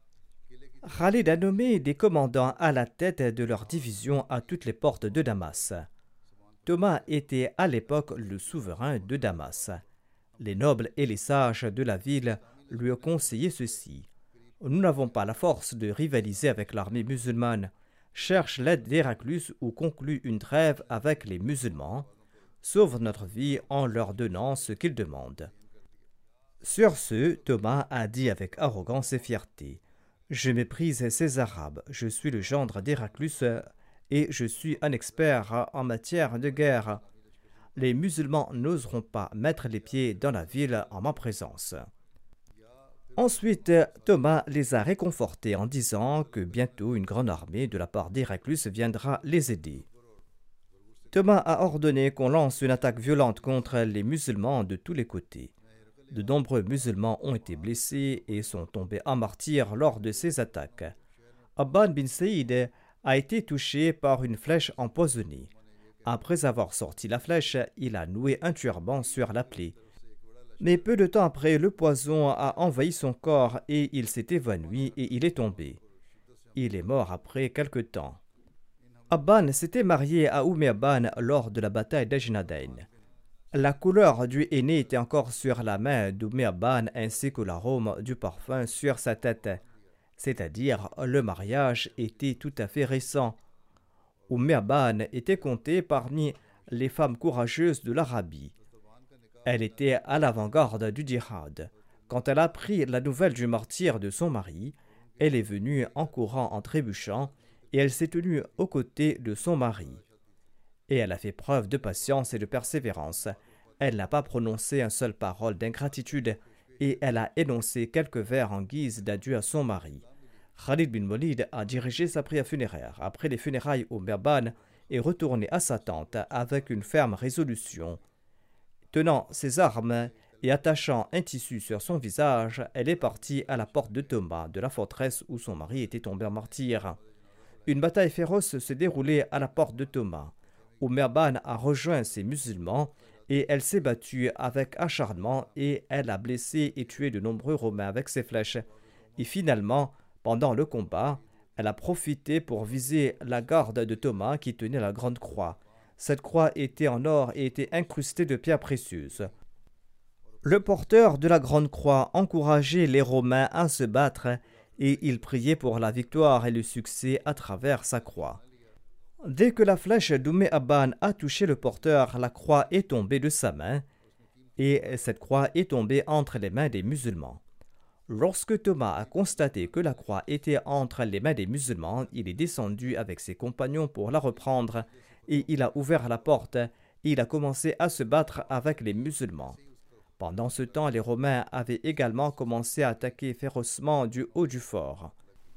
Khalid a nommé des commandants à la tête de leur division à toutes les portes de Damas. Thomas était à l'époque le souverain de Damas. Les nobles et les sages de la ville lui ont conseillé ceci: « Nous n'avons pas la force de rivaliser avec l'armée musulmane. Cherche l'aide d'Héraclius ou conclue une trêve avec les musulmans. Sauve notre vie en leur donnant ce qu'ils demandent. » Sur ce, Thomas a dit avec arrogance et fierté: « Je méprise ces Arabes. Je suis le gendre d'Héraclius et je suis un expert en matière de guerre. Les musulmans n'oseront pas mettre les pieds dans la ville en ma présence. » Ensuite, Thomas les a réconfortés en disant que bientôt une grande armée de la part d'Héraclius viendra les aider. Thomas a ordonné qu'on lance une attaque violente contre les musulmans de tous les côtés. De nombreux musulmans ont été blessés et sont tombés en martyrs lors de ces attaques. Abban bin Saïd a été touché par une flèche empoisonnée. Après avoir sorti la flèche, il a noué un turban sur la plaie. Mais peu de temps après, le poison a envahi son corps et il s'est évanoui et il est tombé. Il est mort après quelque temps. Abban s'était marié à Umm Abban lors de la bataille d'Ajnadayn. La couleur du henné était encore sur la main d'Umm Abban ainsi que l'arôme du parfum sur sa tête. C'est-à-dire, le mariage était tout à fait récent. Umm Abban était comptée parmi les femmes courageuses de l'Arabie. Elle était à l'avant-garde du djihad. Quand elle a appris la nouvelle du martyre de son mari, elle est venue en courant en trébuchant et elle s'est tenue aux côtés de son mari. Et elle a fait preuve de patience et de persévérance. Elle n'a pas prononcé une seule parole d'ingratitude et elle a énoncé quelques vers en guise d'adieu à son mari. Khalid bin Walid a dirigé sa prière funéraire. Après les funérailles, Umm Abban est retourné à sa tente avec une ferme résolution. Tenant ses armes et attachant un tissu sur son visage, elle est partie à la porte de Toma, de la forteresse où son mari était tombé en martyr. Une bataille féroce s'est déroulée à la porte de Toma. Umm Abban a rejoint ses musulmans et elle s'est battue avec acharnement et elle a blessé et tué de nombreux Romains avec ses flèches. Et finalement, pendant le combat, elle a profité pour viser la garde de Thomas qui tenait la grande croix. Cette croix était en or et était incrustée de pierres précieuses. Le porteur de la grande croix encourageait les Romains à se battre et il priait pour la victoire et le succès à travers sa croix. Dès que la flèche d'Umm Abban a touché le porteur, la croix est tombée de sa main et cette croix est tombée entre les mains des musulmans. Lorsque Thomas a constaté que la croix était entre les mains des musulmans, il est descendu avec ses compagnons pour la reprendre et il a ouvert la porte et il a commencé à se battre avec les musulmans. Pendant ce temps, les Romains avaient également commencé à attaquer férocement du haut du fort.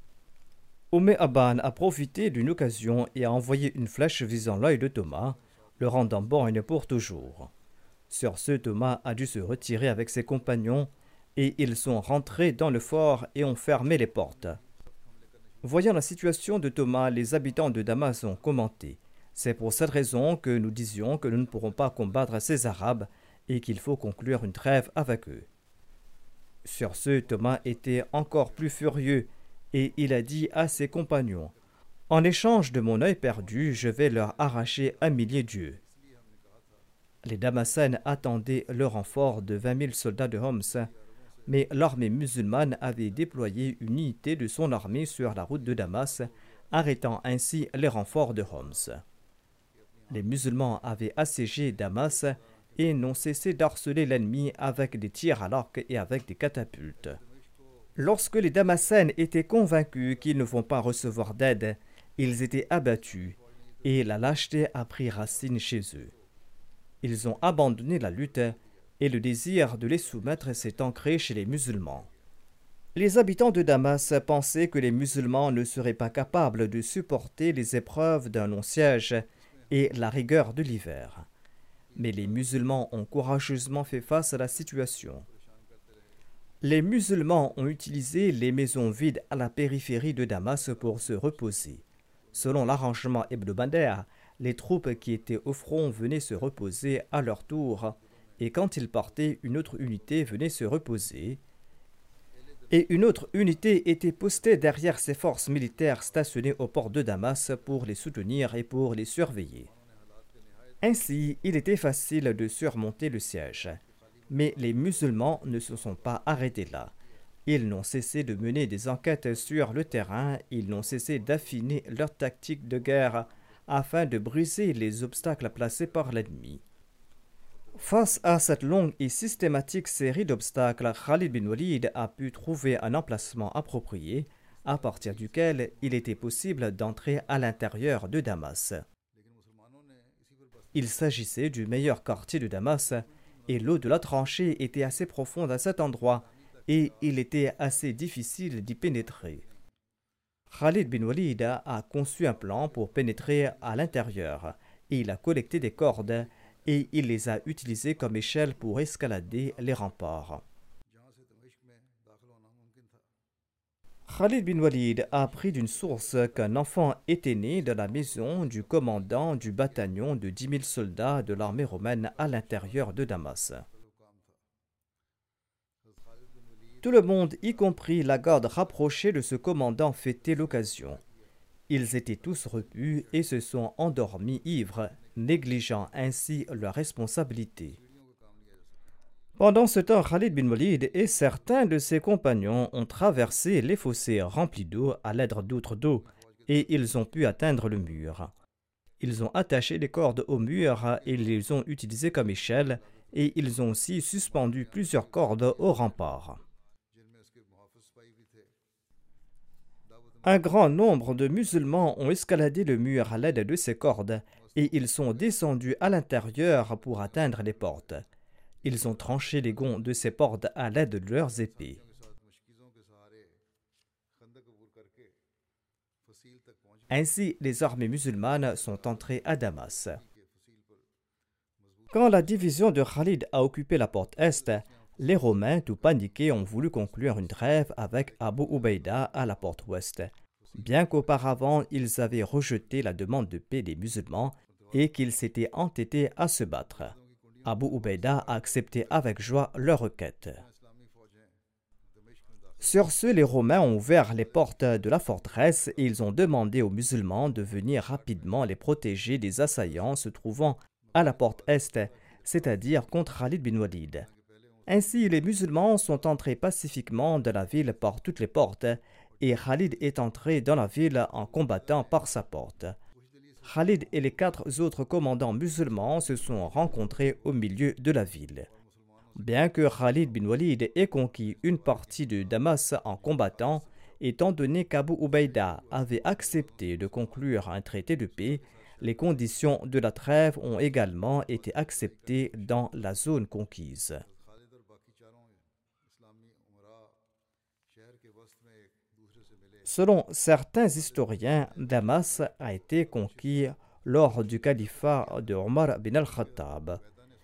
Umm Abban a profité d'une occasion et a envoyé une flèche visant l'œil de Thomas, le rendant borgne pour toujours. Sur ce, Thomas a dû se retirer avec ses compagnons et ils sont rentrés dans le fort et ont fermé les portes. Voyant la situation de Thomas, les habitants de Damas ont commenté. C'est pour cette raison que nous disions que nous ne pourrons pas combattre ces Arabes et qu'il faut conclure une trêve avec eux. Sur ce, Thomas était encore plus furieux et il a dit à ses compagnons : « En échange de mon œil perdu, je vais leur arracher un millier d'yeux. » Les Damascènes attendaient le renfort de vingt mille soldats de Homs, mais l'armée musulmane avait déployé une unité de son armée sur la route de Damas, arrêtant ainsi les renforts de Homs. Les musulmans avaient assiégé Damas et n'ont cessé d'harceler l'ennemi avec des tirs à l'arc et avec des catapultes. Lorsque les Damascènes étaient convaincus qu'ils ne vont pas recevoir d'aide, ils étaient abattus et la lâcheté a pris racine chez eux. Ils ont abandonné la lutte et le désir de les soumettre s'est ancré chez les musulmans. Les habitants de Damas pensaient que les musulmans ne seraient pas capables de supporter les épreuves d'un long siège et la rigueur de l'hiver. Mais les musulmans ont courageusement fait face à la situation. Les musulmans ont utilisé les maisons vides à la périphérie de Damas pour se reposer. Selon l'arrangement hebdomadaire, les troupes qui étaient au front venaient se reposer à leur tour, et quand ils partaient, une autre unité venait se reposer, et une autre unité était postée derrière ces forces militaires stationnées au port de Damas pour les soutenir et pour les surveiller. Ainsi, il était facile de surmonter le siège. Mais les musulmans ne se sont pas arrêtés là. Ils n'ont cessé de mener des enquêtes sur le terrain, ils n'ont cessé d'affiner leur tactique de guerre afin de briser les obstacles placés par l'ennemi. Face à cette longue et systématique série d'obstacles, Khalid bin Walid a pu trouver un emplacement approprié à partir duquel il était possible d'entrer à l'intérieur de Damas. Il s'agissait du meilleur quartier de Damas et l'eau de la tranchée était assez profonde à cet endroit et il était assez difficile d'y pénétrer. Khalid bin Walid a conçu un plan pour pénétrer à l'intérieur et il a collecté des cordes et il les a utilisées comme échelle pour escalader les remparts. Khalid bin Walid a appris d'une source qu'un enfant était né dans la maison du commandant du bataillon de dix mille soldats de l'armée romaine à l'intérieur de Damas. Tout le monde, y compris la garde rapprochée de ce commandant, fêtait l'occasion. Ils étaient tous repus et se sont endormis ivres, négligeant ainsi leurs responsabilités. Pendant ce temps, Khalid bin Walid et certains de ses compagnons ont traversé les fossés remplis d'eau à l'aide d'autres d'eau et ils ont pu atteindre le mur. Ils ont attaché des cordes au mur et les ont utilisées comme échelle et ils ont aussi suspendu plusieurs cordes au rempart. Un grand nombre de musulmans ont escaladé le mur à l'aide de ces cordes et ils sont descendus à l'intérieur pour atteindre les portes. Ils ont tranché les gonds de ces portes à l'aide de leurs épées. Ainsi, les armées musulmanes sont entrées à Damas. Quand la division de Khalid a occupé la porte est, les Romains, tout paniqués, ont voulu conclure une trêve avec Abu Ubaïda à la porte ouest, bien qu'auparavant ils avaient rejeté la demande de paix des musulmans et qu'ils s'étaient entêtés à se battre. Abu Ubaïda a accepté avec joie leur requête. Sur ce, les Romains ont ouvert les portes de la forteresse et ils ont demandé aux musulmans de venir rapidement les protéger des assaillants se trouvant à la porte est, c'est-à-dire contre Khalid bin Walid. Ainsi, les musulmans sont entrés pacifiquement dans la ville par toutes les portes et Khalid est entré dans la ville en combattant par sa porte. Khalid et les quatre autres commandants musulmans se sont rencontrés au milieu de la ville. Bien que Khalid bin Walid ait conquis une partie de Damas en combattant, étant donné qu'Abu Ubaïda avait accepté de conclure un traité de paix, les conditions de la trêve ont également été acceptées dans la zone conquise. Selon certains historiens, Damas a été conquis lors du califat de Omar bin al-Khattab.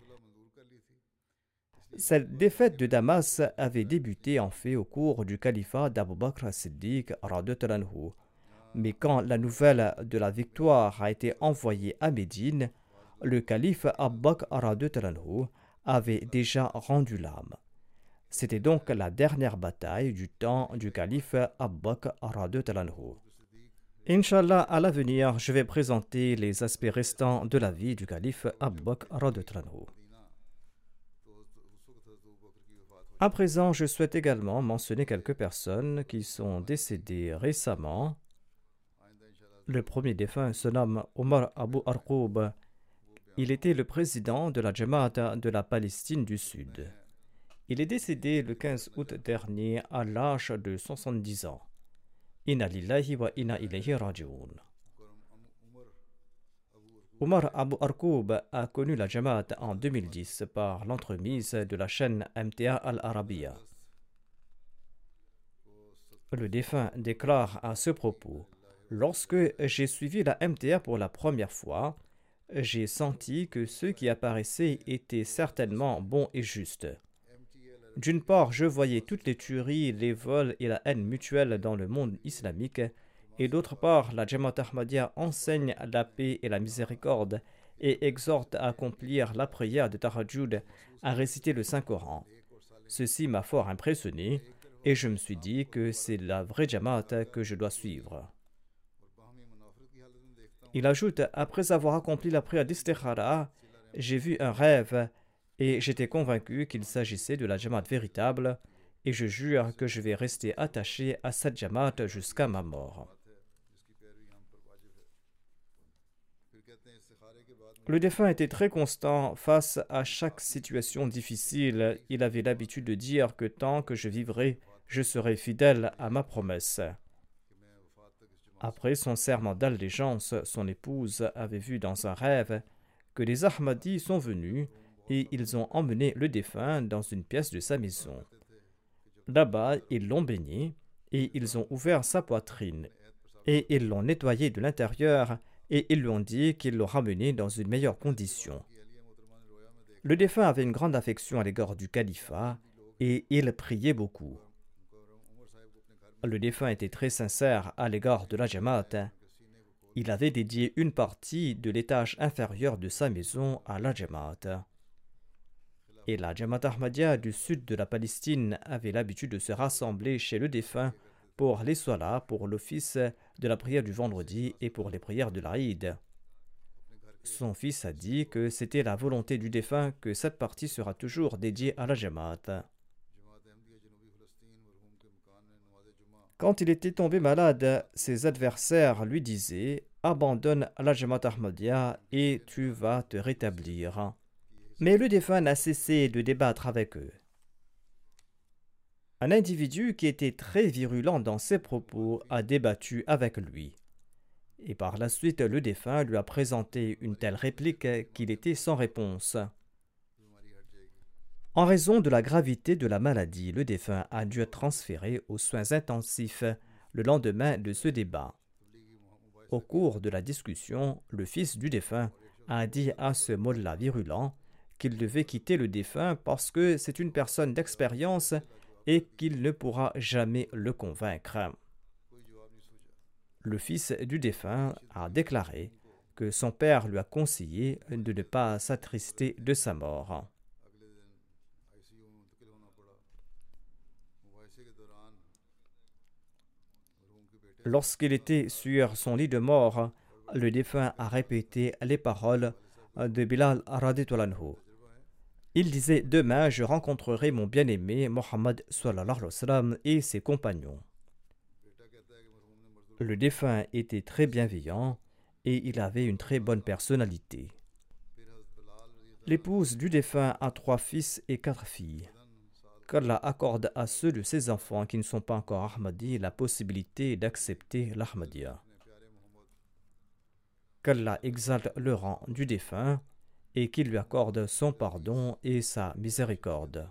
Cette défaite de Damas avait débuté en fait au cours du califat d'Abu Bakr as-Siddiq radhiyallahu anhu. Mais quand la nouvelle de la victoire a été envoyée à Médine, le calife Abu Bakr radhiyallahu anhu avait déjà rendu l'âme. C'était donc la dernière bataille du temps du calife Abu Bakr radhiyallahu anhu. Inch'Allah, à l'avenir, je vais présenter les aspects restants de la vie du calife Abu Bakr radhiyallahu anhu. À présent, je souhaite également mentionner quelques personnes qui sont décédées récemment. Le premier défunt se nomme Omar Abu Arqoub. Il était le président de la Jamaat de la Palestine du Sud. Il est décédé le quinze août dernier à l'âge de soixante-dix ans. Inna lillahi wa inna ilayhi raji'un. Omar Abu Arqoub a connu la Jamaat en deux mille dix par l'entremise de la chaîne M T A Al-Arabiya. Le défunt déclare à ce propos: lorsque j'ai suivi la M T A pour la première fois, j'ai senti que ceux qui apparaissaient étaient certainement bons et justes. D'une part, je voyais toutes les tueries, les vols et la haine mutuelle dans le monde islamique, et d'autre part, la Jamaat Ahmadiyya enseigne la paix et la miséricorde et exhorte à accomplir la prière de Tahajjud, à réciter le Saint-Coran. Ceci m'a fort impressionné et je me suis dit que c'est la vraie Jamaat que je dois suivre. Il ajoute: après avoir accompli la prière d'Istikhara, j'ai vu un rêve et j'étais convaincu qu'il s'agissait de la Jamaat véritable et je jure que je vais rester attaché à cette Jamaat jusqu'à ma mort. Le défunt était très constant face à chaque situation difficile. Il avait l'habitude de dire que tant que je vivrai, je serai fidèle à ma promesse. Après son serment d'allégeance, son épouse avait vu dans un rêve que des Ahmadis sont venus et ils ont emmené le défunt dans une pièce de sa maison. Là-bas, ils l'ont baigné et ils ont ouvert sa poitrine et ils l'ont nettoyé de l'intérieur et ils lui ont dit qu'ils l'ont ramené dans une meilleure condition. Le défunt avait une grande affection à l'égard du califat et il priait beaucoup. Le défunt était très sincère à l'égard de la Jamaat. Il avait dédié une partie de l'étage inférieur de sa maison à la Jamaat. Et la Jamaat Ahmadiyya du sud de la Palestine avait l'habitude de se rassembler chez le défunt pour les solas, pour l'office de la prière du vendredi et pour les prières de l'Aïd. Son fils a dit que c'était la volonté du défunt que cette partie sera toujours dédiée à la Jamaat. Quand il était tombé malade, ses adversaires lui disaient « Abandonne la Jamaat Ahmadiyya et tu vas te rétablir ». Mais le défunt n'a cessé de débattre avec eux. Un individu qui était très virulent dans ses propos a débattu avec lui. Et par la suite, le défunt lui a présenté une telle réplique qu'il était sans réponse. En raison de la gravité de la maladie, le défunt a dû être transféré aux soins intensifs le lendemain de ce débat. Au cours de la discussion, le fils du défunt a dit à ce mollah virulent qu'il devait quitter le défunt parce que c'est une personne d'expérience et qu'il ne pourra jamais le convaincre. Le fils du défunt a déclaré que son père lui a conseillé de ne pas s'attrister de sa mort. Lorsqu'il était sur son lit de mort, le défunt a répété les paroles de Bilal radhiyallahu anhu. Il disait « Demain, je rencontrerai mon bien-aimé Mohammed sallallahu alayhi wa sallam et ses compagnons. » Le défunt était très bienveillant et il avait une très bonne personnalité. L'épouse du défunt a trois fils et quatre filles. Qu'Allah accorde à ceux de ses enfants qui ne sont pas encore Ahmadis la possibilité d'accepter l'Ahmadiyya. Qu'Allah exalte le rang du défunt et qu'il lui accorde son pardon et sa miséricorde.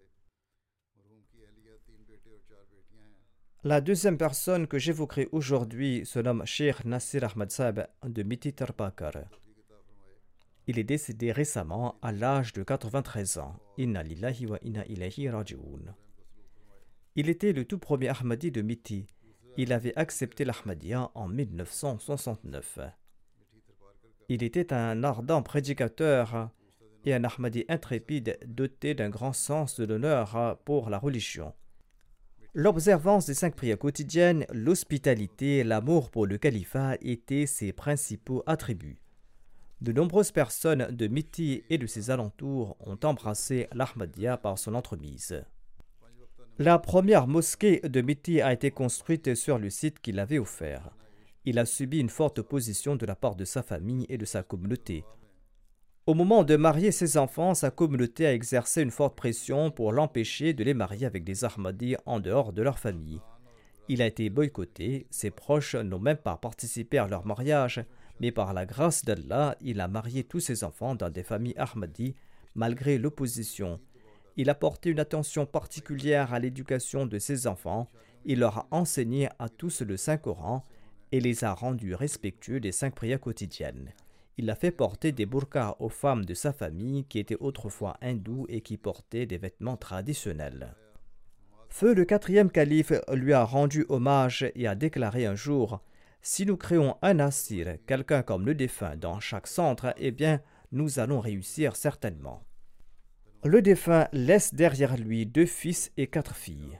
La deuxième personne que j'évoquerai aujourd'hui se nomme Cheikh Nasir Ahmad Sahib de Miti Tarbakar. Il est décédé récemment à l'âge de quatre-vingt-treize ans. Inna lillahi wa inna ilayhi raji'un. Il était le tout premier Ahmadi de Miti. Il avait accepté l'Ahmadiyya en mille neuf cent soixante-neuf. Il était un ardent prédicateur et un Ahmadi intrépide doté d'un grand sens de l'honneur pour la religion. L'observance des cinq prières quotidiennes, l'hospitalité, l'amour pour le califat étaient ses principaux attributs. De nombreuses personnes de Miti et de ses alentours ont embrassé l'Ahmadiyya par son entremise. La première mosquée de Miti a été construite sur le site qu'il avait offert. Il a subi une forte opposition de la part de sa famille et de sa communauté. Au moment de marier ses enfants, sa communauté a exercé une forte pression pour l'empêcher de les marier avec des Ahmadis en dehors de leur famille. Il a été boycotté, ses proches n'ont même pas participé à leur mariage, mais par la grâce d'Allah, il a marié tous ses enfants dans des familles Ahmadis, malgré l'opposition. Il a porté une attention particulière à l'éducation de ses enfants, il leur a enseigné à tous le Saint-Coran et les a rendus respectueux des cinq prières quotidiennes. Il a fait porter des burqas aux femmes de sa famille qui étaient autrefois hindous et qui portaient des vêtements traditionnels. Feu le quatrième calife lui a rendu hommage et a déclaré un jour « Si nous créons un Nasir, quelqu'un comme le défunt, dans chaque centre, eh bien, nous allons réussir certainement. » Le défunt laisse derrière lui deux fils et quatre filles.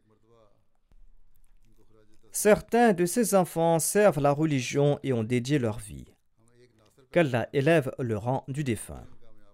Certains de ses enfants servent la religion et ont dédié leur vie. Qu'Allah élève le rang du défunt.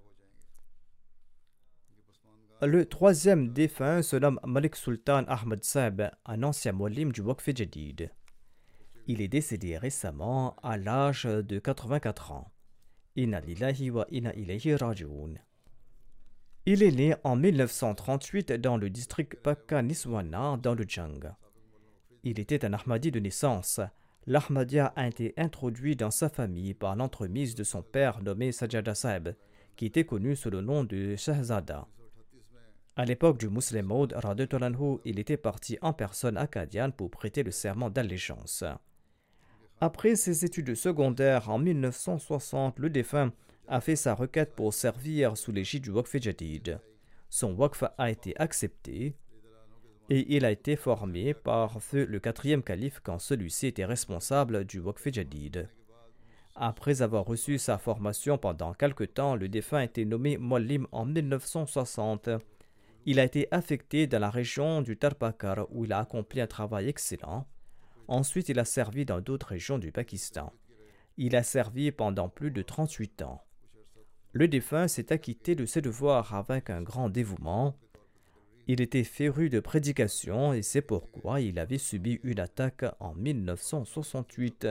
Le troisième défunt se nomme Malik Sultan Ahmad Sahib, un ancien muallim du Waqf Jadid. Il est décédé récemment à l'âge de quatre-vingt-quatre ans. Inna lillahi wa inna ilayhi raji'un. Il est né en mille neuf cent trente-huit dans le district Pakka Niswana dans le Jang. Il était un Ahmadi de naissance. L'Ahmadiyya a été introduit dans sa famille par l'entremise de son père nommé Sajjada Sahib, qui était connu sous le nom de Shahzada. À l'époque du Muslim Maud radhiyallahu anhu, il était parti en personne à Qadian pour prêter le serment d'allégeance. Après ses études secondaires en mille neuf cent soixante, le défunt a fait sa requête pour servir sous l'égide du Waqf Jadid. Son Waqf a été accepté et il a été formé par feu le quatrième calife quand celui-ci était responsable du Waqf Jadid. Après avoir reçu sa formation pendant quelque temps, le défunt a été nommé Muallim en mille neuf cent soixante. Il a été affecté dans la région du Tarbakar où il a accompli un travail excellent. Ensuite, il a servi dans d'autres régions du Pakistan. Il a servi pendant plus de trente-huit ans. Le défunt s'est acquitté de ses devoirs avec un grand dévouement. Il était féru de prédication et c'est pourquoi il avait subi une attaque en mille neuf cent soixante-huit.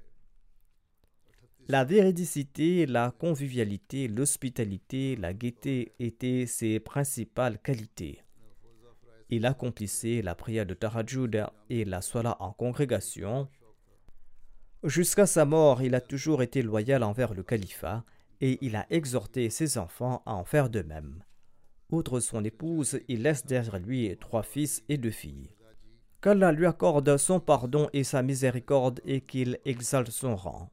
La véridicité, la convivialité, l'hospitalité, la gaieté étaient ses principales qualités. Il accomplissait la prière de Tahajjud et la Salat en congrégation. Jusqu'à sa mort, il a toujours été loyal envers le califat et il a exhorté ses enfants à en faire de même. Outre son épouse, il laisse derrière lui trois fils et deux filles. Qu'Allah lui accorde son pardon et sa miséricorde et qu'il exalte son rang.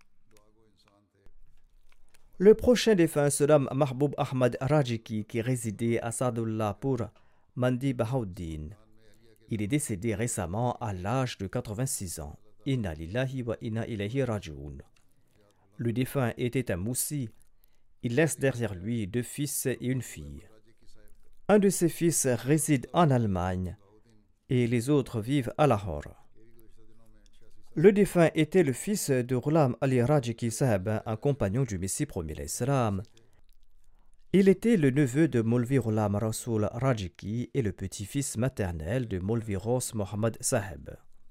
Le prochain défunt se nomme Mahboub Ahmad Rajiki qui résidait à Sadullah pour Mandi Bahauddin. Il est décédé récemment à l'âge de quatre-vingt-six ans. Inna lillahi wa inna ilayhi raji'un. Le défunt était un moussi. Il laisse derrière lui deux fils et une fille. Un de ses fils réside en Allemagne et les autres vivent à Lahore. Le défunt était le fils de Ghulam Ali Rajiki Saheb, un compagnon du Messie premier l'Islam. Il était le neveu de Maulvi Ghulam Rasoul Rajiki et le petit-fils maternel de Maulvi Ros Mohammad Saheb.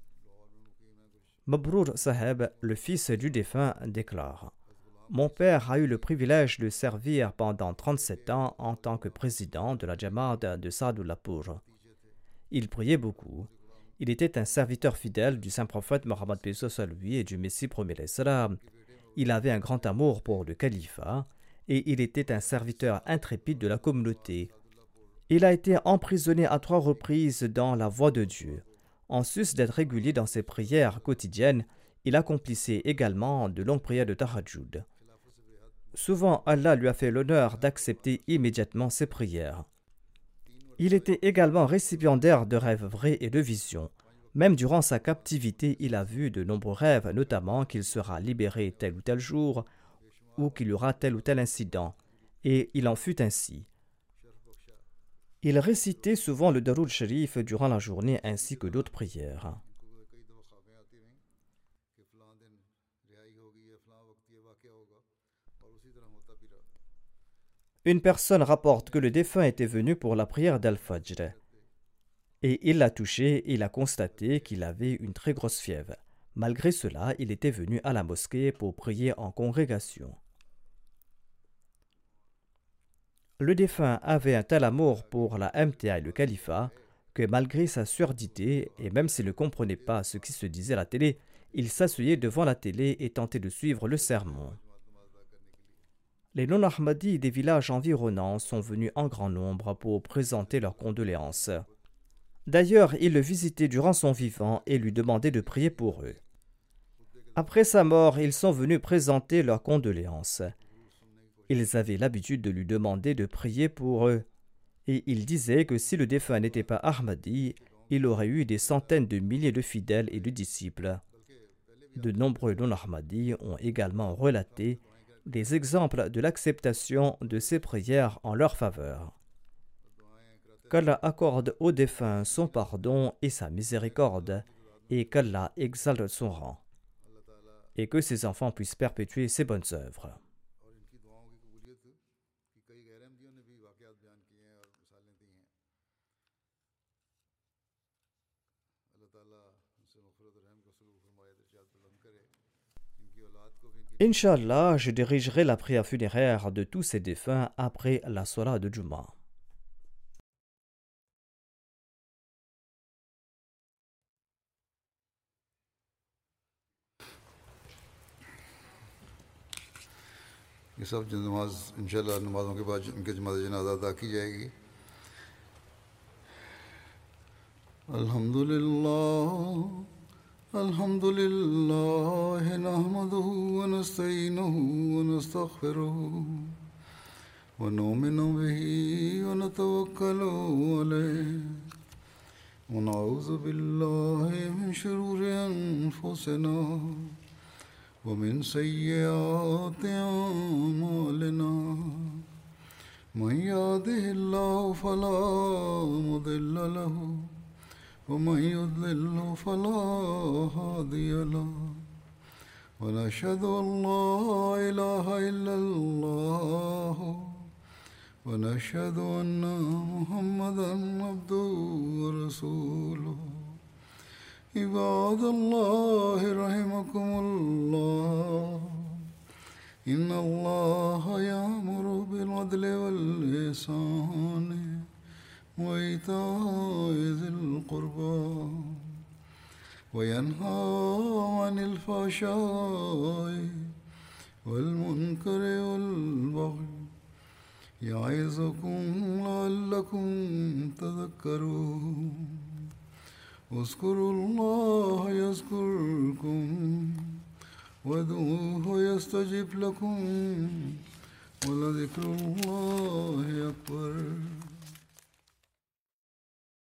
Mabrour Saheb, le fils du défunt, déclare: Mon père a eu le privilège de servir pendant trente-sept ans en tant que président de la Jamaat de Sadullahpur. Il priait beaucoup. Il était un serviteur fidèle du saint prophète Mohammed à lui et du Messie premier l'Islam. Il avait un grand amour pour le califat et il était un serviteur intrépide de la communauté. Il a été emprisonné à trois reprises dans la voie de Dieu. En sus d'être régulier dans ses prières quotidiennes, il accomplissait également de longues prières de Tahajjud. Souvent, Allah lui a fait l'honneur d'accepter immédiatement ses prières. Il était également récipiendaire de rêves vrais et de visions. Même durant sa captivité, il a vu de nombreux rêves, notamment qu'il sera libéré tel ou tel jour, ou qu'il y aura tel ou tel incident. Et il en fut ainsi. Il récitait souvent le Darul Sharif durant la journée ainsi que d'autres prières. Une personne rapporte que le défunt était venu pour la prière d'Al-Fajr. Et il l'a touché et il a constaté qu'il avait une très grosse fièvre. Malgré cela, il était venu à la mosquée pour prier en congrégation. Le défunt avait un tel amour pour la M T A et le califat que malgré sa surdité, et même s'il ne comprenait pas ce qui se disait à la télé, il s'asseyait devant la télé et tentait de suivre le sermon. Les non-Ahmadis des villages environnants sont venus en grand nombre pour présenter leurs condoléances. D'ailleurs, ils le visitaient durant son vivant et lui demandaient de prier pour eux. Après sa mort, ils sont venus présenter leurs condoléances. Ils avaient l'habitude de lui demander de prier pour eux. Et ils disaient que si le défunt n'était pas Ahmadi, il aurait eu des centaines de milliers de fidèles et de disciples. De nombreux non-Ahmadis ont également relaté des exemples de l'acceptation de ces prières en leur faveur. Qu'Allah accorde aux défunts son pardon et sa miséricorde, et qu'Allah exalte son rang, et que ses enfants puissent perpétuer ses bonnes œuvres. Inch'Allah, je dirigerai la prière funéraire de tous ces défunts après la Salat de Juma. ये सब जो नमाज इंशाल्लाह नमाज़ों के बाद इनके जमात जनाज़ा अदा की जाएगी। अल्हम्दुलिल्लाह الحمد لله نحمده ونستعينه ونستغفره ونؤمن به ونتوكل عليه ونعوذ بالله من شرور أنفسنا ومن سيئات أعمالنا من يهده الله فلا مضل له ومن يضلل فلا هادي له ونشهد أن لا إله إلا الله ونشهد أن محمدا عبده ورسوله عباد الله رحمكم الله إن الله يأمر بالعدل والإحسان وإيتاء ذي القربى وينهى عن الفحشاء والمنكر والبغي يعظكم لعلكم تذكرون اذكروا الله يذكركم وادعوه يستجب لكم ولذكر الله